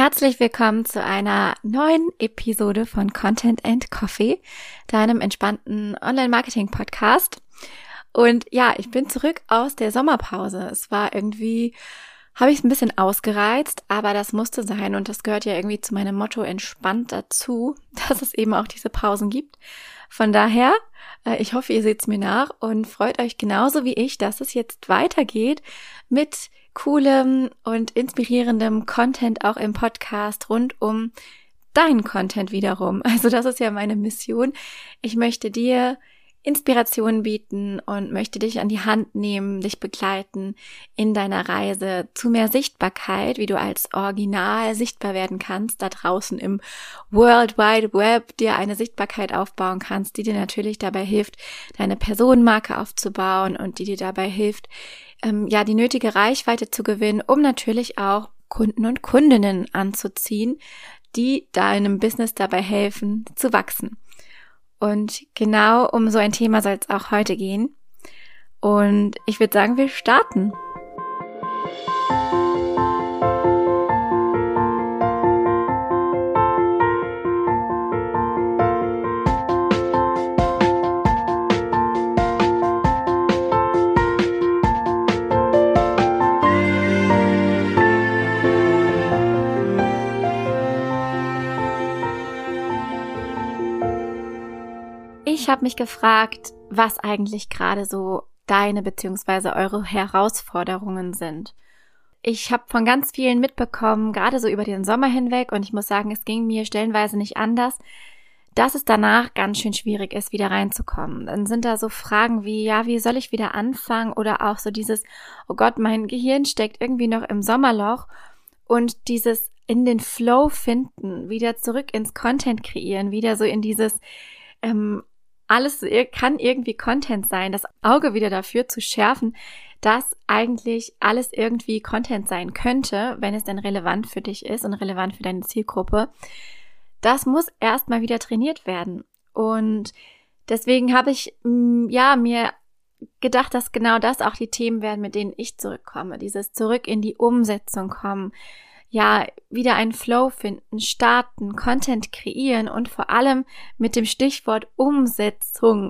Herzlich willkommen zu einer neuen Episode von Content and Coffee, deinem entspannten Online-Marketing-Podcast. Und ja, ich bin zurück aus der Sommerpause. Es war irgendwie, habe ich es ein bisschen ausgereizt, aber das musste sein und das gehört ja irgendwie zu meinem Motto entspannt dazu, dass es eben auch diese Pausen gibt. Von daher, ich hoffe, ihr seht es mir nach und freut euch genauso wie ich, dass es jetzt weitergeht mit coolem und inspirierendem Content auch im Podcast rund um deinen Content wiederum. Also das ist ja meine Mission. Ich möchte dir Inspiration bieten und möchte dich an die Hand nehmen, dich begleiten in deiner Reise zu mehr Sichtbarkeit, wie du als Original sichtbar werden kannst, da draußen im World Wide Web dir eine Sichtbarkeit aufbauen kannst, die dir natürlich dabei hilft, deine Personenmarke aufzubauen und die dir dabei hilft, die nötige Reichweite zu gewinnen, um natürlich auch Kunden und Kundinnen anzuziehen, die deinem Business dabei helfen, zu wachsen. Und genau um so ein Thema soll es auch heute gehen. Und ich würde sagen, wir starten. Ich habe mich gefragt, was eigentlich gerade so deine bzw. eure Herausforderungen sind. Ich habe von ganz vielen mitbekommen, gerade so über den Sommer hinweg, und ich muss sagen, es ging mir stellenweise nicht anders, dass es danach ganz schön schwierig ist, wieder reinzukommen. Dann sind da so Fragen wie, ja, wie soll ich wieder anfangen? Oder auch so dieses, oh Gott, mein Gehirn steckt irgendwie noch im Sommerloch, und dieses in den Flow finden, wieder zurück ins Content kreieren, wieder so in dieses alles kann irgendwie Content sein, das Auge wieder dafür zu schärfen, dass eigentlich alles irgendwie Content sein könnte, wenn es denn relevant für dich ist und relevant für deine Zielgruppe. Das muss erstmal wieder trainiert werden. Und deswegen habe ich mir gedacht, dass genau das auch die Themen werden, mit denen ich zurückkomme. Dieses Zurück in die Umsetzung kommen, ja, wieder einen Flow finden, starten, Content kreieren und vor allem mit dem Stichwort umsetzen,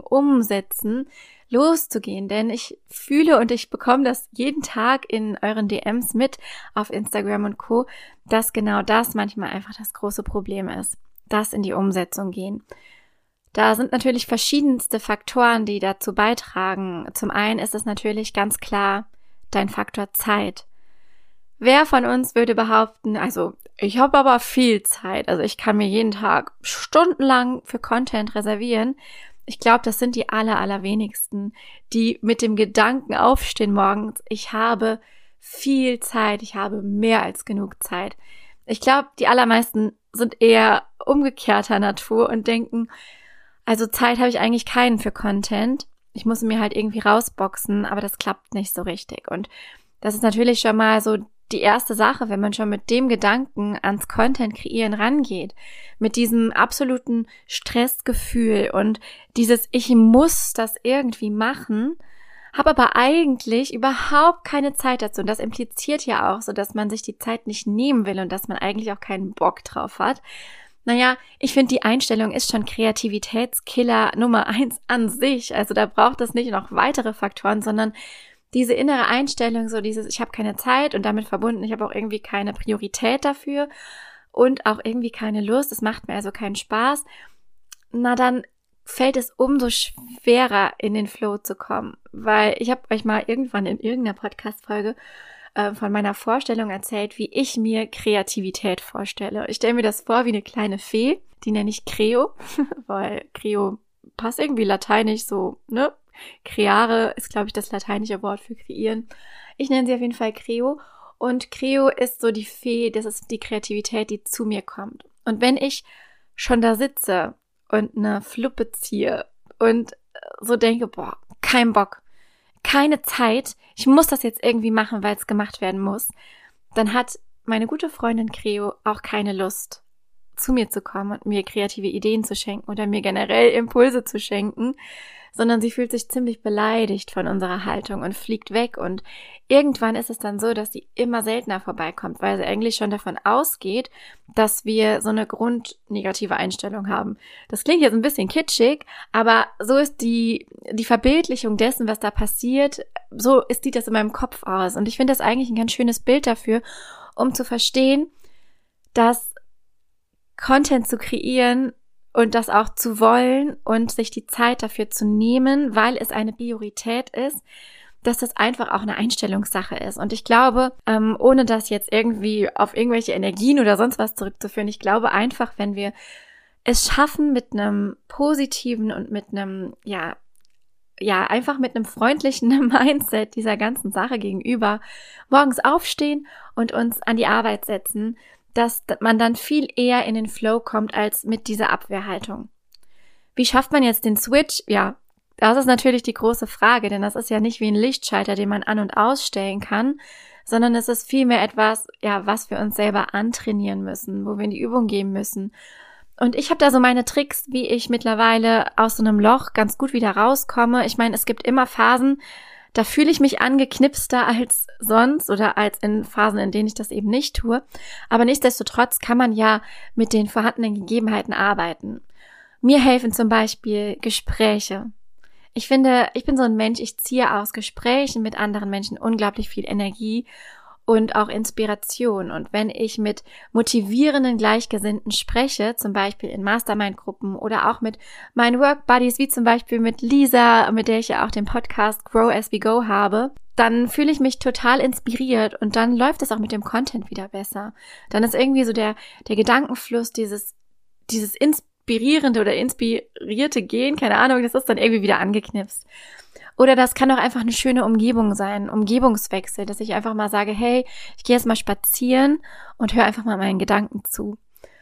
loszugehen. Denn ich fühle und ich bekomme das jeden Tag in euren DMs mit auf Instagram und Co., dass genau das manchmal einfach das große Problem ist, das in die Umsetzung gehen. Da sind natürlich verschiedenste Faktoren, die dazu beitragen. Zum einen ist es natürlich ganz klar dein Faktor Zeit. Wer von uns würde behaupten, also ich habe aber viel Zeit, also ich kann mir jeden Tag stundenlang für Content reservieren. Ich glaube, das sind die allerwenigsten, die mit dem Gedanken aufstehen morgens, ich habe viel Zeit, ich habe mehr als genug Zeit. Ich glaube, die allermeisten sind eher umgekehrter Natur und denken, also Zeit habe ich eigentlich keinen für Content. Ich muss mir halt irgendwie rausboxen, aber das klappt nicht so richtig. Und das ist natürlich schon mal so die erste Sache, wenn man schon mit dem Gedanken ans Content kreieren rangeht, mit diesem absoluten Stressgefühl und dieses ich muss das irgendwie machen, habe aber eigentlich überhaupt keine Zeit dazu. Und das impliziert ja auch so, dass man sich die Zeit nicht nehmen will und dass man eigentlich auch keinen Bock drauf hat. Naja, ich finde, die Einstellung ist schon Kreativitätskiller Nummer 1 an sich. Also da braucht es nicht noch weitere Faktoren, sondern diese innere Einstellung, so dieses, ich habe keine Zeit und damit verbunden, ich habe auch irgendwie keine Priorität dafür und auch irgendwie keine Lust, es macht mir also keinen Spaß, na dann fällt es umso schwerer, in den Flow zu kommen, weil ich habe euch mal irgendwann in irgendeiner Podcast-Folge von meiner Vorstellung erzählt, wie ich mir Kreativität vorstelle. Ich stelle mir das vor wie eine kleine Fee, die nenne ich Creo, weil Creo passt irgendwie lateinisch so, ne? Creare ist, glaube ich, das lateinische Wort für kreieren. Ich nenne sie auf jeden Fall Creo. Und Creo ist so die Fee, das ist die Kreativität, die zu mir kommt. Und wenn ich schon da sitze und eine Fluppe ziehe und so denke, boah, kein Bock, keine Zeit, ich muss das jetzt irgendwie machen, weil es gemacht werden muss, dann hat meine gute Freundin Creo auch keine Lust, zu mir zu kommen und mir kreative Ideen zu schenken oder mir generell Impulse zu schenken, sondern sie fühlt sich ziemlich beleidigt von unserer Haltung und fliegt weg. Und irgendwann ist es dann so, dass sie immer seltener vorbeikommt, weil sie eigentlich schon davon ausgeht, dass wir so eine grundnegative Einstellung haben. Das klingt jetzt ein bisschen kitschig, aber so ist die Verbildlichung dessen, was da passiert, sieht das in meinem Kopf aus. Und ich finde das eigentlich ein ganz schönes Bild dafür, um zu verstehen, dass Content zu kreieren und das auch zu wollen und sich die Zeit dafür zu nehmen, weil es eine Priorität ist, dass das einfach auch eine Einstellungssache ist. Und ich glaube, ohne das jetzt irgendwie auf irgendwelche Energien oder sonst was zurückzuführen, ich glaube einfach, wenn wir es schaffen, mit einem positiven und mit einem, einfach mit einem freundlichen Mindset dieser ganzen Sache gegenüber morgens aufstehen und uns an die Arbeit setzen, dass man dann viel eher in den Flow kommt als mit dieser Abwehrhaltung. Wie schafft man jetzt den Switch? Ja, das ist natürlich die große Frage, denn das ist ja nicht wie ein Lichtschalter, den man an- und ausstellen kann, sondern es ist vielmehr etwas, was wir uns selber antrainieren müssen, wo wir in die Übung gehen müssen. Und ich habe da so meine Tricks, wie ich mittlerweile aus so einem Loch ganz gut wieder rauskomme. Ich meine, es gibt immer Phasen, da fühle ich mich angeknipster als sonst oder als in Phasen, in denen ich das eben nicht tue. Aber nichtsdestotrotz kann man ja mit den vorhandenen Gegebenheiten arbeiten. Mir helfen zum Beispiel Gespräche. Ich finde, ich bin so ein Mensch, ich ziehe aus Gesprächen mit anderen Menschen unglaublich viel Energie und auch Inspiration. Und wenn ich mit motivierenden Gleichgesinnten spreche, zum Beispiel in Mastermind-Gruppen oder auch mit meinen Work-Buddies, wie zum Beispiel mit Lisa, mit der ich ja auch den Podcast Grow As We Go habe, dann fühle ich mich total inspiriert und dann läuft es auch mit dem Content wieder besser. Dann ist irgendwie so der Gedankenfluss, dieses inspirierende oder inspirierte Gehen, keine Ahnung, das ist dann irgendwie wieder angeknipst. Oder das kann auch einfach eine schöne Umgebung sein, Umgebungswechsel, dass ich einfach mal sage, hey, ich gehe jetzt mal spazieren und höre einfach mal meinen Gedanken zu.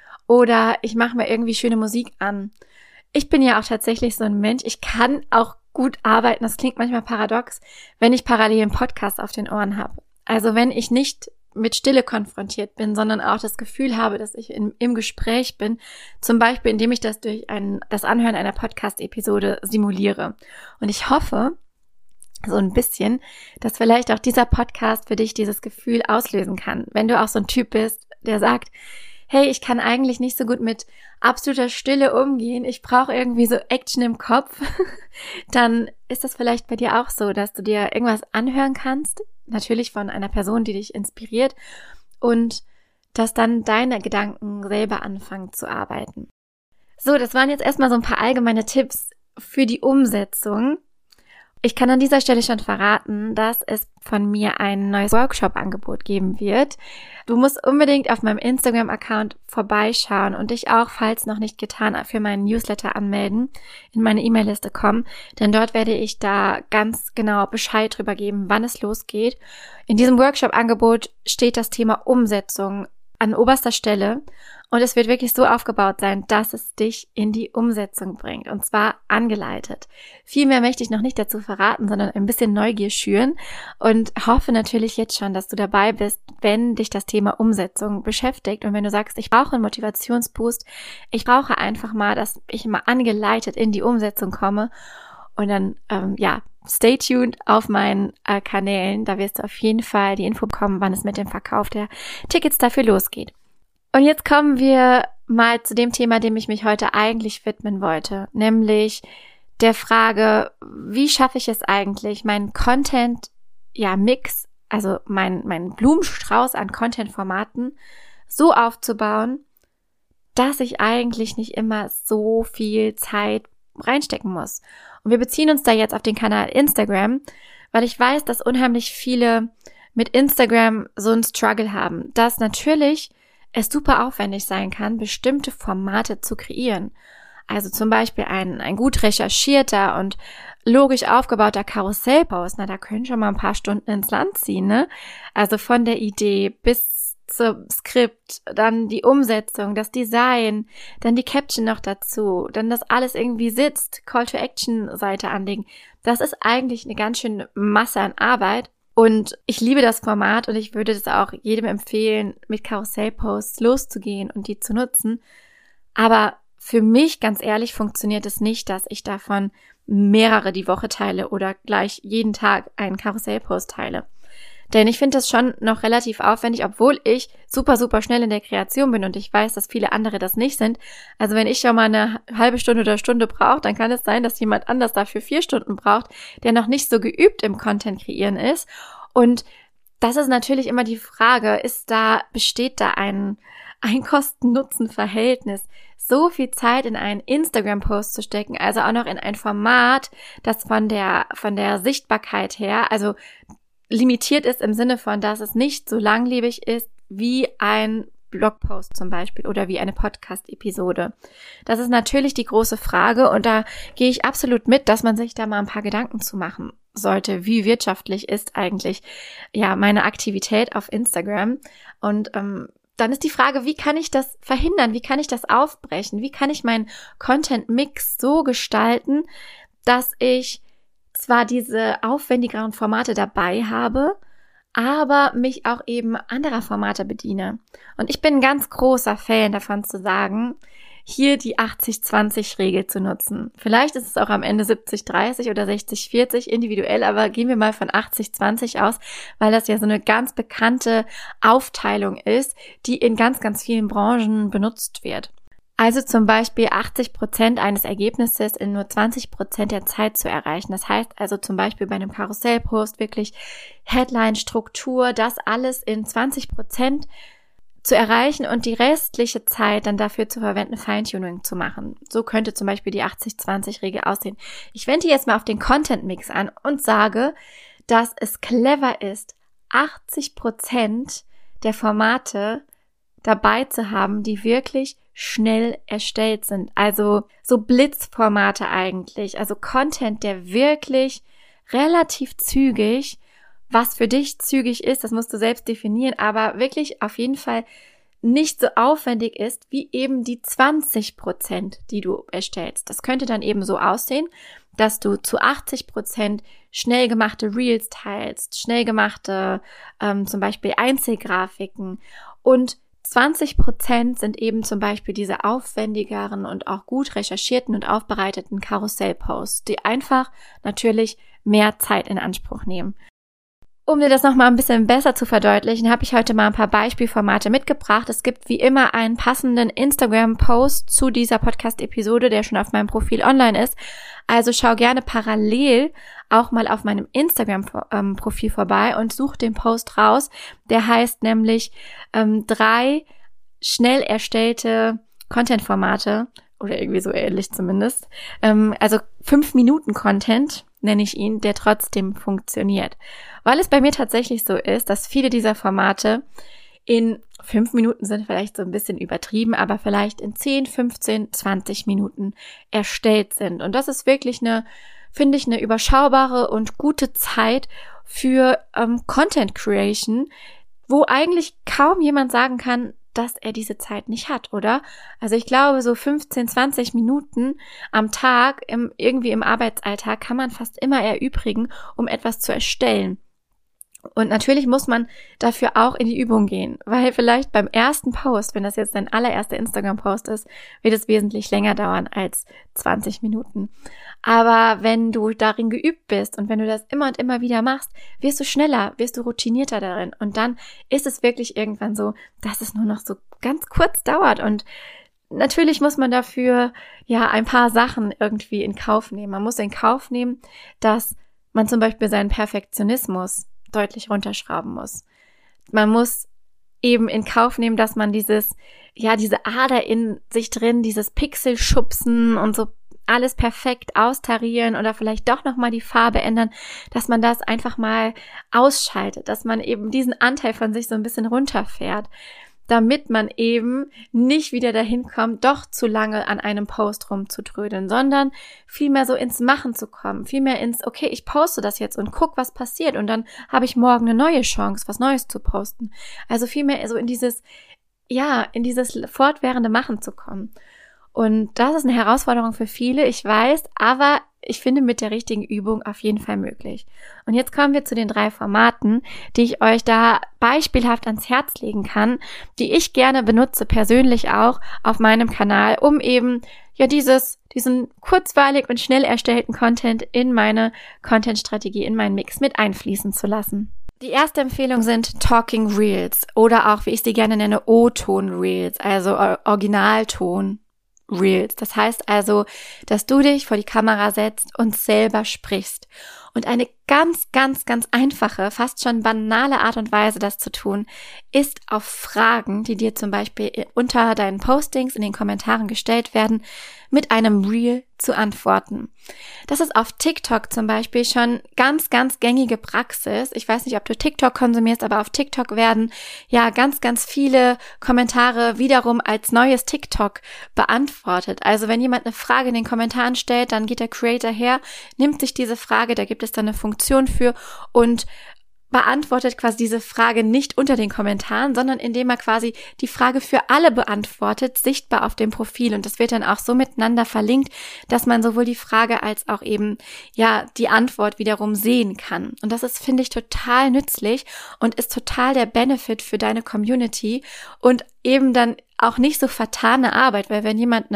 Oder ich mache mir irgendwie schöne Musik an. Ich bin ja auch tatsächlich so ein Mensch, ich kann auch gut arbeiten, das klingt manchmal paradox, wenn ich parallel einen Podcast auf den Ohren habe. Also wenn ich nicht mit Stille konfrontiert bin, sondern auch das Gefühl habe, dass ich im Gespräch bin, zum Beispiel indem ich das durch das Anhören einer Podcast-Episode simuliere. Und ich hoffe, so ein bisschen, dass vielleicht auch dieser Podcast für dich dieses Gefühl auslösen kann. Wenn du auch so ein Typ bist, der sagt, hey, ich kann eigentlich nicht so gut mit absoluter Stille umgehen, ich brauche irgendwie so Action im Kopf, dann ist das vielleicht bei dir auch so, dass du dir irgendwas anhören kannst, natürlich von einer Person, die dich inspiriert, und dass dann deine Gedanken selber anfangen zu arbeiten. So, das waren jetzt erstmal so ein paar allgemeine Tipps für die Umsetzung. Ich kann an dieser Stelle schon verraten, dass es von mir ein neues Workshop-Angebot geben wird. Du musst unbedingt auf meinem Instagram-Account vorbeischauen und dich auch, falls noch nicht getan, für meinen Newsletter anmelden, in meine E-Mail-Liste kommen, denn dort werde ich da ganz genau Bescheid drüber geben, wann es losgeht. In diesem Workshop-Angebot steht das Thema Umsetzung an oberster Stelle und es wird wirklich so aufgebaut sein, dass es dich in die Umsetzung bringt, und zwar angeleitet. Viel mehr möchte ich noch nicht dazu verraten, sondern ein bisschen Neugier schüren und hoffe natürlich jetzt schon, dass du dabei bist, wenn dich das Thema Umsetzung beschäftigt und wenn du sagst, ich brauche einen Motivationsboost, ich brauche einfach mal, dass ich mal angeleitet in die Umsetzung komme, und dann, stay tuned auf meinen Kanälen, da wirst du auf jeden Fall die Info bekommen, wann es mit dem Verkauf der Tickets dafür losgeht. Und jetzt kommen wir mal zu dem Thema, dem ich mich heute eigentlich widmen wollte, nämlich der Frage, wie schaffe ich es eigentlich, meinen Content-Mix, also meinen Blumenstrauß an Content-Formaten so aufzubauen, dass ich eigentlich nicht immer so viel Zeit reinstecken muss. Und wir beziehen uns da jetzt auf den Kanal Instagram, weil ich weiß, dass unheimlich viele mit Instagram so einen Struggle haben, dass natürlich es super aufwendig sein kann, bestimmte Formate zu kreieren. Also zum Beispiel ein gut recherchierter und logisch aufgebauter Karussellpost, da können schon mal ein paar Stunden ins Land ziehen, ne? Also von der Idee bis zum Skript, dann die Umsetzung, das Design, dann die Caption noch dazu, dann das alles irgendwie sitzt, Call-to-Action-Seite anlegen. Das ist eigentlich eine ganz schöne Masse an Arbeit. Und ich liebe das Format und ich würde das auch jedem empfehlen, mit Karussellposts loszugehen und die zu nutzen. Aber für mich, ganz ehrlich, funktioniert es nicht, dass ich davon mehrere die Woche teile oder gleich jeden Tag einen Karussellpost teile. Denn ich finde das schon noch relativ aufwendig, obwohl ich super, super schnell in der Kreation bin und ich weiß, dass viele andere das nicht sind. Also wenn ich schon mal eine halbe Stunde oder Stunde brauche, dann kann es sein, dass jemand anders dafür 4 Stunden braucht, der noch nicht so geübt im Content kreieren ist. Und das ist natürlich immer die Frage, besteht da ein Kosten-Nutzen-Verhältnis, so viel Zeit in einen Instagram-Post zu stecken, also auch noch in ein Format, das von der Sichtbarkeit her, also limitiert ist im Sinne von, dass es nicht so langlebig ist wie ein Blogpost zum Beispiel oder wie eine Podcast-Episode. Das ist natürlich die große Frage und da gehe ich absolut mit, dass man sich da mal ein paar Gedanken zu machen sollte, wie wirtschaftlich ist eigentlich meine Aktivität auf Instagram und dann ist die Frage, wie kann ich das verhindern? Wie kann ich das aufbrechen? Wie kann ich meinen Content-Mix so gestalten, dass ich zwar diese aufwendigeren Formate dabei habe, aber mich auch eben anderer Formate bediene. Und ich bin ein ganz großer Fan davon zu sagen, hier die 80-20-Regel zu nutzen. Vielleicht ist es auch am Ende 70-30 oder 60-40 individuell, aber gehen wir mal von 80-20 aus, weil das ja so eine ganz bekannte Aufteilung ist, die in ganz, ganz vielen Branchen benutzt wird. Also zum Beispiel 80% eines Ergebnisses in nur 20% der Zeit zu erreichen. Das heißt also zum Beispiel bei einem Karussellpost wirklich Headline-Struktur, das alles in 20% zu erreichen und die restliche Zeit dann dafür zu verwenden, Feintuning zu machen. So könnte zum Beispiel die 80-20-Regel aussehen. Ich wende jetzt mal auf den Content-Mix an und sage, dass es clever ist, 80% der Formate dabei zu haben, die wirklich schnell erstellt sind. Also so Blitzformate eigentlich. Also Content, der wirklich relativ zügig, was für dich zügig ist, das musst du selbst definieren, aber wirklich auf jeden Fall nicht so aufwendig ist, wie eben die 20%, die du erstellst. Das könnte dann eben so aussehen, dass du zu 80% schnell gemachte Reels teilst, schnell gemachte zum Beispiel Einzelgrafiken und 20% sind eben zum Beispiel diese aufwendigeren und auch gut recherchierten und aufbereiteten Karussellposts, die einfach natürlich mehr Zeit in Anspruch nehmen. Um dir das nochmal ein bisschen besser zu verdeutlichen, habe ich heute mal ein paar Beispielformate mitgebracht. Es gibt wie immer einen passenden Instagram-Post zu dieser Podcast-Episode, der schon auf meinem Profil online ist. Also schau gerne parallel auch mal auf meinem Instagram-Profil vorbei und such den Post raus. Der heißt nämlich 3 schnell erstellte Content-Formate oder irgendwie so ähnlich zumindest. Also 5-Minuten-Content nenne ich ihn, der trotzdem funktioniert. Weil es bei mir tatsächlich so ist, dass viele dieser Formate in 5 Minuten sind vielleicht so ein bisschen übertrieben, aber vielleicht in 10, 15, 20 Minuten erstellt sind. Und das ist wirklich finde ich, eine überschaubare und gute Zeit für Content Creation, wo eigentlich kaum jemand sagen kann, dass er diese Zeit nicht hat, oder? Also ich glaube, so 15, 20 Minuten am Tag irgendwie im Arbeitsalltag kann man fast immer erübrigen, um etwas zu erstellen. Und natürlich muss man dafür auch in die Übung gehen, weil vielleicht beim ersten Post, wenn das jetzt dein allererster Instagram-Post ist, wird es wesentlich länger dauern als 20 Minuten. Aber wenn du darin geübt bist und wenn du das immer und immer wieder machst, wirst du schneller, wirst du routinierter darin. Und dann ist es wirklich irgendwann so, dass es nur noch so ganz kurz dauert. Und natürlich muss man dafür ein paar Sachen irgendwie in Kauf nehmen. Man muss in Kauf nehmen, dass man zum Beispiel seinen Perfektionismus deutlich runterschrauben muss. Man muss eben in Kauf nehmen, dass man diese Ader in sich drin, dieses Pixelschubsen und so alles perfekt austarieren oder vielleicht doch nochmal die Farbe ändern, dass man das einfach mal ausschaltet, dass man eben diesen Anteil von sich so ein bisschen runterfährt, damit man eben nicht wieder dahin kommt, doch zu lange an einem Post rumzutrödeln, sondern vielmehr so ins Machen zu kommen, vielmehr ins, okay, ich poste das jetzt und guck, was passiert und dann habe ich morgen eine neue Chance, was Neues zu posten. Also vielmehr so in dieses fortwährende Machen zu kommen. Und das ist eine Herausforderung für viele, ich weiß, aber ich finde, mit der richtigen Übung auf jeden Fall möglich. Und jetzt kommen wir zu den 3 Formaten, die ich euch da beispielhaft ans Herz legen kann, die ich gerne benutze, persönlich auch auf meinem Kanal, um eben ja diesen kurzweilig und schnell erstellten Content in meine Content-Strategie, in meinen Mix mit einfließen zu lassen. Die erste Empfehlung sind Talking Reels oder auch, wie ich sie gerne nenne, O-Ton Reels, also Originalton Reels. Das heißt also, dass du dich vor die Kamera setzt und selber sprichst. Und eine ganz, ganz, ganz einfache, fast schon banale Art und Weise, das zu tun, ist auf Fragen, die dir zum Beispiel unter deinen Postings in den Kommentaren gestellt werden, mit einem Reel zu antworten. Das ist auf TikTok zum Beispiel schon ganz, ganz gängige Praxis. Ich weiß nicht, ob du TikTok konsumierst, aber auf TikTok werden ja ganz, ganz viele Kommentare wiederum als neues TikTok beantwortet. Also wenn jemand eine Frage in den Kommentaren stellt, dann geht der Creator her, nimmt sich diese Frage, da gibt es dann eine Funktion für und beantwortet quasi diese Frage nicht unter den Kommentaren, sondern indem er quasi die Frage für alle beantwortet, sichtbar auf dem Profil. Und das wird dann auch so miteinander verlinkt, dass man sowohl die Frage als auch eben ja die Antwort wiederum sehen kann. Und das ist, finde ich, total nützlich und ist total der Benefit für deine Community und eben dann auch nicht so vertane Arbeit, weil wenn jemand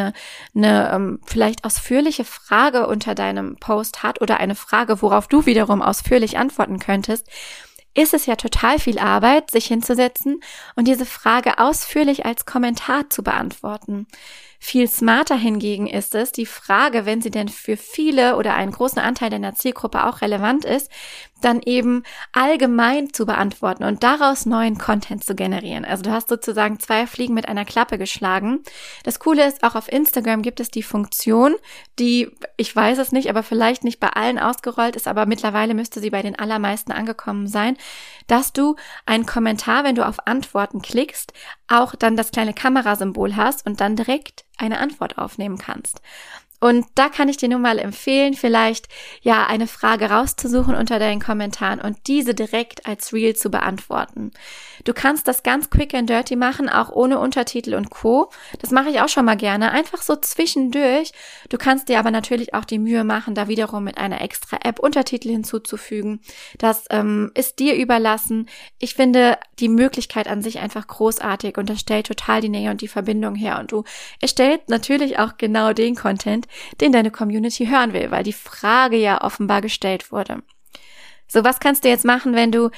eine vielleicht ausführliche Frage unter deinem Post hat oder eine Frage, worauf du wiederum ausführlich antworten könntest, ist es ja total viel Arbeit, sich hinzusetzen und diese Frage ausführlich als Kommentar zu beantworten. Viel smarter hingegen ist es, die Frage, wenn sie denn für viele oder einen großen Anteil deiner Zielgruppe auch relevant ist, dann eben allgemein zu beantworten und daraus neuen Content zu generieren. Also du hast sozusagen 2 Fliegen mit einer Klappe geschlagen. Das Coole ist, auch auf Instagram gibt es die Funktion, die, ich weiß es nicht, aber vielleicht nicht bei allen ausgerollt ist, aber mittlerweile müsste sie bei den allermeisten angekommen sein, dass du einen Kommentar, wenn du auf Antworten klickst, auch dann das kleine Kamerasymbol hast und dann direkt eine Antwort aufnehmen kannst. Und da kann ich dir nun mal empfehlen, vielleicht ja eine Frage rauszusuchen unter deinen Kommentaren und diese direkt als Reel zu beantworten. Du kannst das ganz quick and dirty machen, auch ohne Untertitel und Co. Das mache ich auch schon mal gerne, einfach so zwischendurch. Du kannst dir aber natürlich auch die Mühe machen, da wiederum mit einer extra App Untertitel hinzuzufügen. Das ist dir überlassen. Ich finde die Möglichkeit an sich einfach großartig und das stellt total die Nähe und die Verbindung her. Und du erstellst natürlich auch genau den Content, den deine Community hören will, weil die Frage ja offenbar gestellt wurde. So, was kannst du jetzt machen, wenn du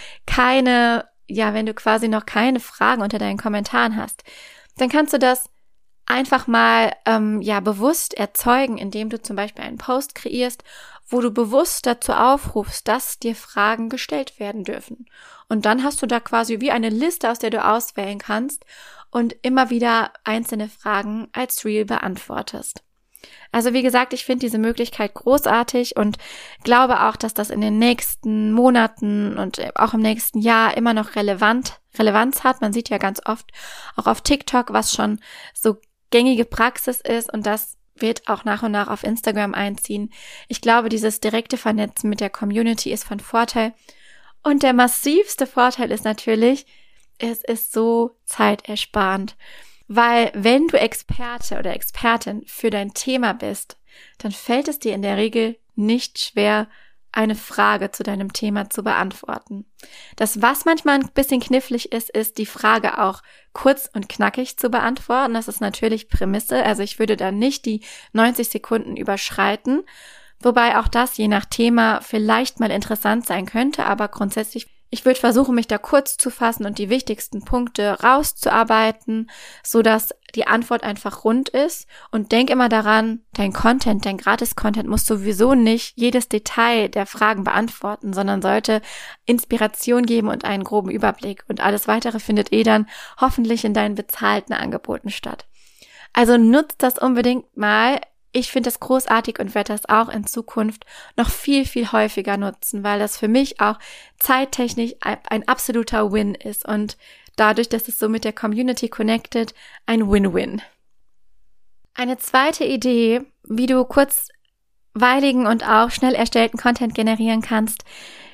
quasi noch keine Fragen unter deinen Kommentaren hast? Dann kannst du das einfach mal bewusst erzeugen, indem du zum Beispiel einen Post kreierst, wo du bewusst dazu aufrufst, dass dir Fragen gestellt werden dürfen. Und dann hast du da quasi wie eine Liste, aus der du auswählen kannst und immer wieder einzelne Fragen als Reel beantwortest. Also wie gesagt, ich finde diese Möglichkeit großartig und glaube auch, dass das in den nächsten Monaten und auch im nächsten Jahr immer noch Relevanz hat. Man sieht ja ganz oft auch auf TikTok, was schon so gängige Praxis ist und das wird auch nach und nach auf Instagram einziehen. Ich glaube, dieses direkte Vernetzen mit der Community ist von Vorteil. Und der massivste Vorteil ist natürlich, es ist so zeitersparend. Weil wenn du Experte oder Expertin für dein Thema bist, dann fällt es dir in der Regel nicht schwer, eine Frage zu deinem Thema zu beantworten. Das, was manchmal ein bisschen knifflig ist, ist die Frage auch kurz und knackig zu beantworten. Das ist natürlich Prämisse, also ich würde dann nicht die 90 Sekunden überschreiten, wobei auch das je nach Thema vielleicht mal interessant sein könnte, aber grundsätzlich ich würde versuchen, mich da kurz zu fassen und die wichtigsten Punkte rauszuarbeiten, so dass die Antwort einfach rund ist. Und denk immer daran, dein Gratis-Content muss sowieso nicht jedes Detail der Fragen beantworten, sondern sollte Inspiration geben und einen groben Überblick. Und alles Weitere findet dann hoffentlich in deinen bezahlten Angeboten statt. Also nutzt das unbedingt mal. Ich finde das großartig und werde das auch in Zukunft noch viel, viel häufiger nutzen, weil das für mich auch zeittechnisch ein absoluter Win ist und dadurch, dass es so mit der Community connected, ein Win-Win. Eine zweite Idee, wie du kurzweiligen und auch schnell erstellten Content generieren kannst,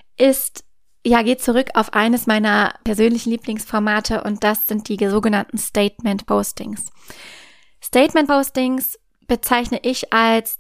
geht zurück auf eines meiner persönlichen Lieblingsformate und das sind die sogenannten Statement Postings. Statement Postings bezeichne ich als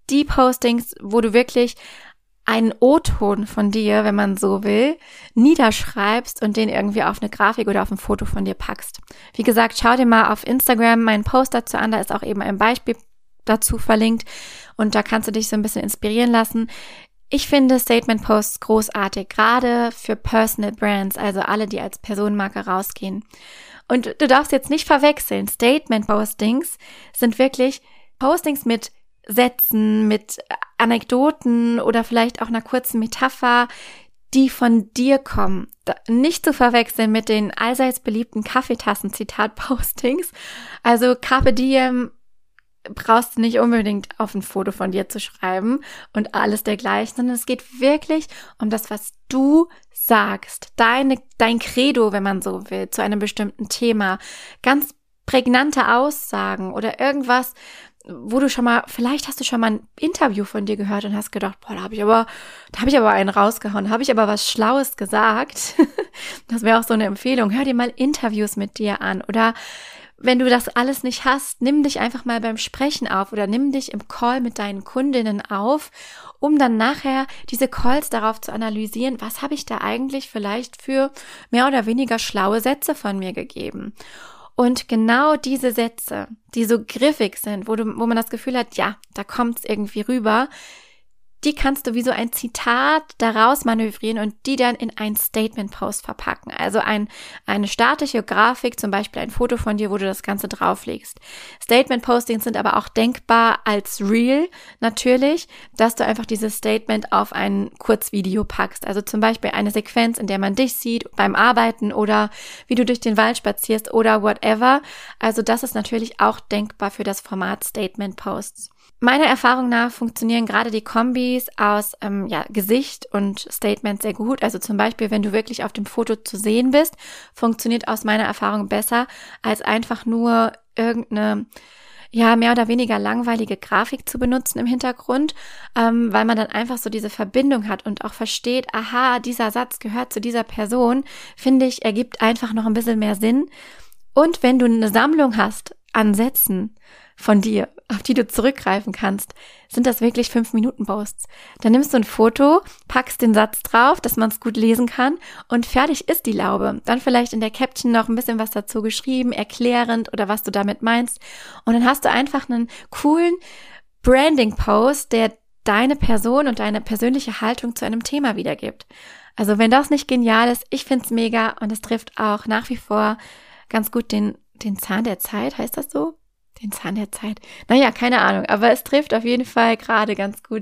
die Postings, wo du wirklich einen O-Ton von dir, wenn man so will, niederschreibst und den irgendwie auf eine Grafik oder auf ein Foto von dir packst. Wie gesagt, schau dir mal auf Instagram meinen Post dazu an, da ist auch eben ein Beispiel dazu verlinkt und da kannst du dich so ein bisschen inspirieren lassen. Ich finde Statement-Posts großartig, gerade für Personal Brands, also alle, die als Personenmarke rausgehen. Und du darfst jetzt nicht verwechseln, Statement-Postings sind wirklich Postings mit Sätzen, mit Anekdoten oder vielleicht auch einer kurzen Metapher, die von dir kommen. Nicht zu verwechseln mit den allseits beliebten Kaffeetassen-Zitat-Postings. Also Carpe Diem brauchst du nicht unbedingt auf ein Foto von dir zu schreiben und alles dergleichen, sondern es geht wirklich um das, was du sagst, dein Credo, wenn man so will, zu einem bestimmten Thema. Ganz prägnante Aussagen oder irgendwas, wo du vielleicht hast du schon mal ein Interview von dir gehört und hast gedacht, boah, da habe ich aber einen rausgehauen, da habe ich aber was Schlaues gesagt. Das wäre auch so eine Empfehlung. Hör dir mal Interviews mit dir an oder wenn du das alles nicht hast, nimm dich einfach mal beim Sprechen auf oder nimm dich im Call mit deinen Kundinnen auf, um dann nachher diese Calls darauf zu analysieren, was habe ich da eigentlich vielleicht für mehr oder weniger schlaue Sätze von mir gegeben. Und genau diese Sätze, die so griffig sind, wo man das Gefühl hat, ja, da kommt's irgendwie rüber, die kannst du wie so ein Zitat daraus manövrieren und die dann in einen Statement-Post verpacken. Also eine statische Grafik, zum Beispiel ein Foto von dir, wo du das Ganze drauflegst. Statement-Postings sind aber auch denkbar als Reel natürlich, dass du einfach dieses Statement auf ein Kurzvideo packst. Also zum Beispiel eine Sequenz, in der man dich sieht beim Arbeiten oder wie du durch den Wald spazierst oder whatever. Also das ist natürlich auch denkbar für das Format Statement-Posts. Meiner Erfahrung nach funktionieren gerade die Kombis aus Gesicht und Statement sehr gut. Also zum Beispiel, wenn du wirklich auf dem Foto zu sehen bist, funktioniert aus meiner Erfahrung besser als einfach nur irgendeine mehr oder weniger langweilige Grafik zu benutzen im Hintergrund, weil man dann einfach so diese Verbindung hat und auch versteht, aha, dieser Satz gehört zu dieser Person, finde ich, ergibt einfach noch ein bisschen mehr Sinn. Und wenn du eine Sammlung hast an Sätzen von dir, auf die du zurückgreifen kannst, sind das wirklich 5-Minuten-Posts. Dann nimmst du ein Foto, packst den Satz drauf, dass man es gut lesen kann und fertig ist die Laube. Dann vielleicht in der Caption noch ein bisschen was dazu geschrieben, erklärend oder was du damit meinst. Und dann hast du einfach einen coolen Branding-Post, der deine Person und deine persönliche Haltung zu einem Thema wiedergibt. Also wenn das nicht genial ist, ich find's mega und es trifft auch nach wie vor ganz gut den Zahn der Zeit, heißt das so? Den Zahn der Zeit. Naja, keine Ahnung, aber es trifft auf jeden Fall gerade ganz gut,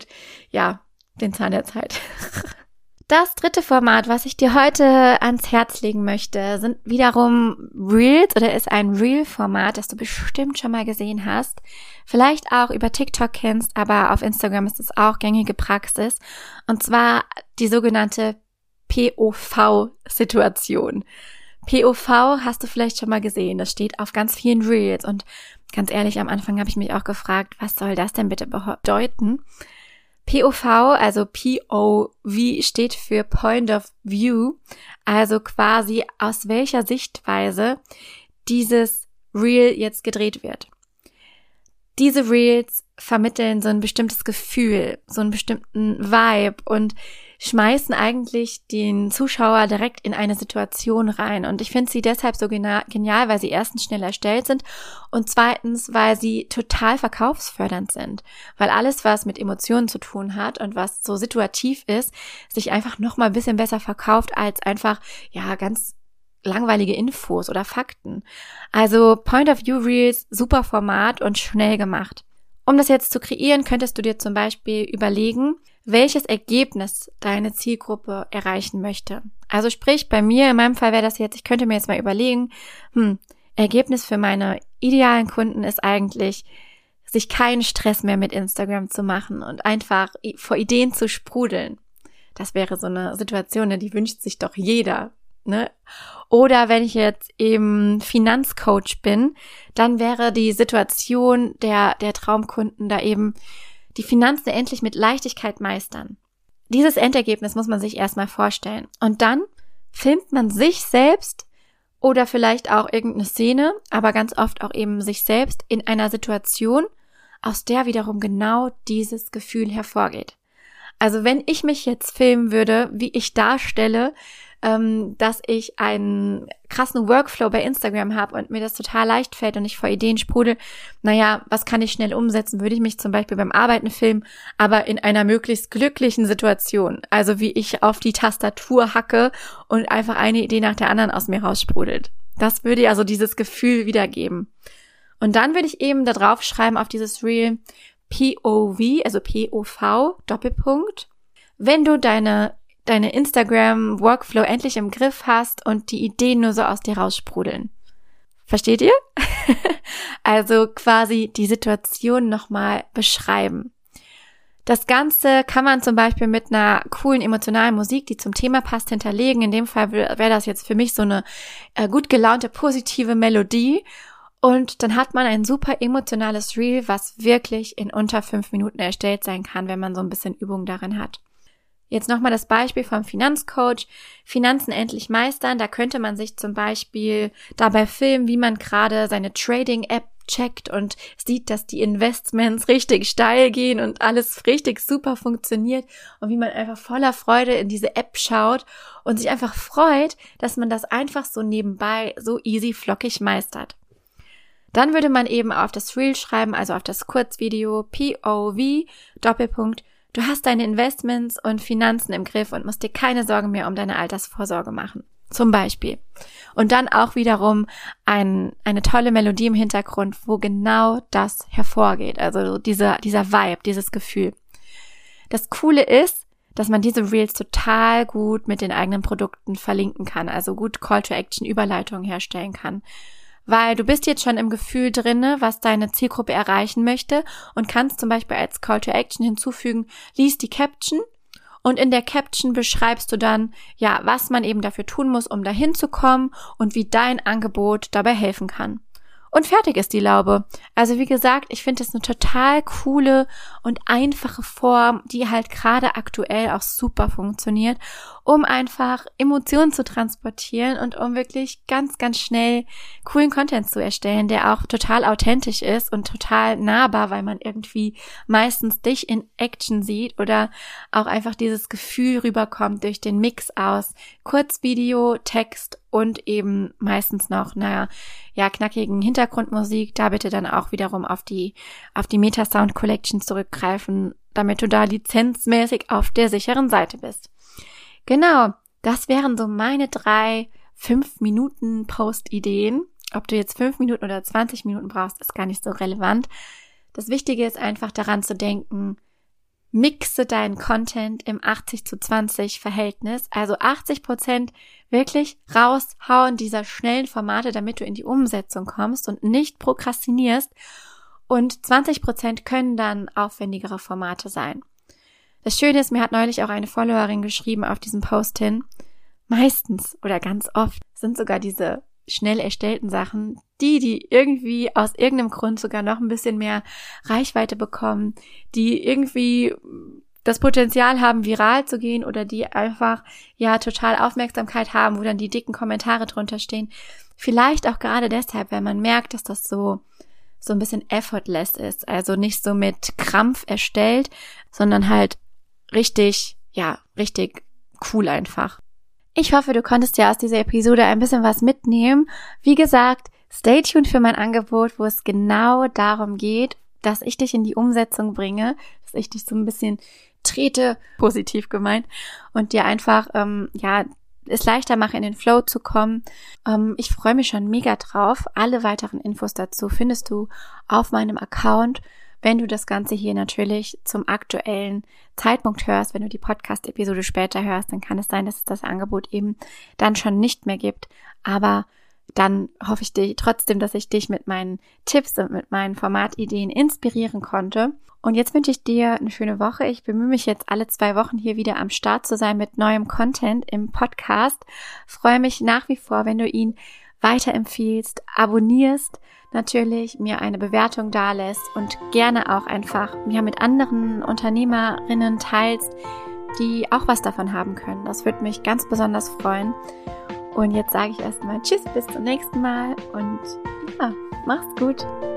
den Zahn der Zeit. Das dritte Format, was ich dir heute ans Herz legen möchte, sind wiederum Reels oder ist ein Reel-Format, das du bestimmt schon mal gesehen hast. Vielleicht auch über TikTok kennst, aber auf Instagram ist es auch gängige Praxis. Und zwar die sogenannte POV-Situation. POV hast du vielleicht schon mal gesehen. Das steht auf ganz vielen Reels und ganz ehrlich, am Anfang habe ich mich auch gefragt, was soll das denn bitte bedeuten? POV, also POV, steht für Point of View, also quasi aus welcher Sichtweise dieses Reel jetzt gedreht wird. Diese Reels vermitteln so ein bestimmtes Gefühl, so einen bestimmten Vibe und schmeißen eigentlich den Zuschauer direkt in eine Situation rein. Und ich finde sie deshalb so genial, weil sie erstens schnell erstellt sind und zweitens, weil sie total verkaufsfördernd sind. Weil alles, was mit Emotionen zu tun hat und was so situativ ist, sich einfach noch mal ein bisschen besser verkauft als einfach, ganz langweilige Infos oder Fakten. Also Point-of-View-Reels, super Format und schnell gemacht. Um das jetzt zu kreieren, könntest du dir zum Beispiel überlegen, welches Ergebnis deine Zielgruppe erreichen möchte. Also sprich, bei mir, in meinem Fall wäre das jetzt, ich könnte mir jetzt mal überlegen, Ergebnis für meine idealen Kunden ist eigentlich, sich keinen Stress mehr mit Instagram zu machen und einfach vor Ideen zu sprudeln. Das wäre so eine Situation, die wünscht sich doch jeder, ne? Oder wenn ich jetzt eben Finanzcoach bin, dann wäre die Situation der Traumkunden da eben die Finanzen endlich mit Leichtigkeit meistern. Dieses Endergebnis muss man sich erstmal vorstellen. Und dann filmt man sich selbst oder vielleicht auch irgendeine Szene, aber ganz oft auch eben sich selbst in einer Situation, aus der wiederum genau dieses Gefühl hervorgeht. Also wenn ich mich jetzt filmen würde, wie ich darstelle, dass ich einen krassen Workflow bei Instagram habe und mir das total leicht fällt und ich vor Ideen sprudel, was kann ich schnell umsetzen? Würde ich mich zum Beispiel beim Arbeiten filmen, aber in einer möglichst glücklichen Situation. Also wie ich auf die Tastatur hacke und einfach eine Idee nach der anderen aus mir raussprudelt. Das würde also dieses Gefühl wiedergeben. Und dann würde ich eben da drauf schreiben auf dieses Reel POV, also POV, Doppelpunkt. Wenn du deine Instagram-Workflow endlich im Griff hast und die Ideen nur so aus dir raussprudeln. Versteht ihr? Also quasi die Situation nochmal beschreiben. Das Ganze kann man zum Beispiel mit einer coolen emotionalen Musik, die zum Thema passt, hinterlegen. In dem Fall wäre das jetzt für mich so eine gut gelaunte, positive Melodie. Und dann hat man ein super emotionales Reel, was wirklich in unter 5 Minuten erstellt sein kann, wenn man so ein bisschen Übung darin hat. Jetzt nochmal das Beispiel vom Finanzcoach. Finanzen endlich meistern. Da könnte man sich zum Beispiel dabei filmen, wie man gerade seine Trading-App checkt und sieht, dass die Investments richtig steil gehen und alles richtig super funktioniert und wie man einfach voller Freude in diese App schaut und sich einfach freut, dass man das einfach so nebenbei so easy flockig meistert. Dann würde man eben auf das Reel schreiben, also auf das Kurzvideo POV, Doppelpunkt, du hast deine Investments und Finanzen im Griff und musst dir keine Sorgen mehr um deine Altersvorsorge machen. Zum Beispiel. Und dann auch wiederum eine tolle Melodie im Hintergrund, wo genau das hervorgeht. Also dieser Vibe, dieses Gefühl. Das Coole ist, dass man diese Reels total gut mit den eigenen Produkten verlinken kann. Also gut Call-to-Action-Überleitungen herstellen kann. Weil du bist jetzt schon im Gefühl drinne, was deine Zielgruppe erreichen möchte und kannst zum Beispiel als Call to Action hinzufügen, lies die Caption und in der Caption beschreibst du dann, was man eben dafür tun muss, um dahin zu kommen und wie dein Angebot dabei helfen kann. Und fertig ist die Laube. Also wie gesagt, ich finde es eine total coole und einfache Form, die halt gerade aktuell auch super funktioniert, um einfach Emotionen zu transportieren und um wirklich ganz, ganz schnell coolen Content zu erstellen, der auch total authentisch ist und total nahbar, weil man irgendwie meistens dich in Action sieht oder auch einfach dieses Gefühl rüberkommt durch den Mix aus Kurzvideo, Text und eben meistens noch, knackigen Hintergrundmusik. Da bitte dann auch wiederum auf die Meta-Sound Collection zurückgreifen, damit du da lizenzmäßig auf der sicheren Seite bist. Genau, das wären so meine 3 5-Minuten-Post-Ideen. Ob du jetzt 5 Minuten oder 20 Minuten brauchst, ist gar nicht so relevant. Das Wichtige ist einfach daran zu denken, mixe deinen Content im 80:20 Verhältnis, also 80% wirklich raushauen dieser schnellen Formate, damit du in die Umsetzung kommst und nicht prokrastinierst, und 20% können dann aufwendigere Formate sein. Das Schöne ist, mir hat neulich auch eine Followerin geschrieben auf diesem Post hin, meistens oder ganz oft sind sogar diese schnell erstellten Sachen, die irgendwie aus irgendeinem Grund sogar noch ein bisschen mehr Reichweite bekommen, die irgendwie das Potenzial haben, viral zu gehen oder die einfach total Aufmerksamkeit haben, wo dann die dicken Kommentare drunter stehen. Vielleicht auch gerade deshalb, weil man merkt, dass das so ein bisschen effortless ist, also nicht so mit Krampf erstellt, sondern halt richtig cool einfach. Ich hoffe, du konntest ja aus dieser Episode ein bisschen was mitnehmen. Wie gesagt, stay tuned für mein Angebot, wo es genau darum geht, dass ich dich in die Umsetzung bringe, dass ich dich so ein bisschen trete, positiv gemeint, und dir einfach, es leichter mache, in den Flow zu kommen. Ich freue mich schon mega drauf. Alle weiteren Infos dazu findest du auf meinem Account. Wenn du das Ganze hier natürlich zum aktuellen Zeitpunkt hörst, wenn du die Podcast-Episode später hörst, dann kann es sein, dass es das Angebot eben dann schon nicht mehr gibt. Aber dann hoffe ich trotzdem, dass ich dich mit meinen Tipps und mit meinen Formatideen inspirieren konnte. Und jetzt wünsche ich dir eine schöne Woche. Ich bemühe mich jetzt alle 2 Wochen hier wieder am Start zu sein mit neuem Content im Podcast. Freue mich nach wie vor, wenn du ihn weiterempfiehlst, abonnierst, natürlich mir eine Bewertung dalässt und gerne auch einfach mit anderen Unternehmerinnen teilst, die auch was davon haben können. Das würde mich ganz besonders freuen. Und jetzt sage ich erstmal Tschüss, bis zum nächsten Mal und mach's gut.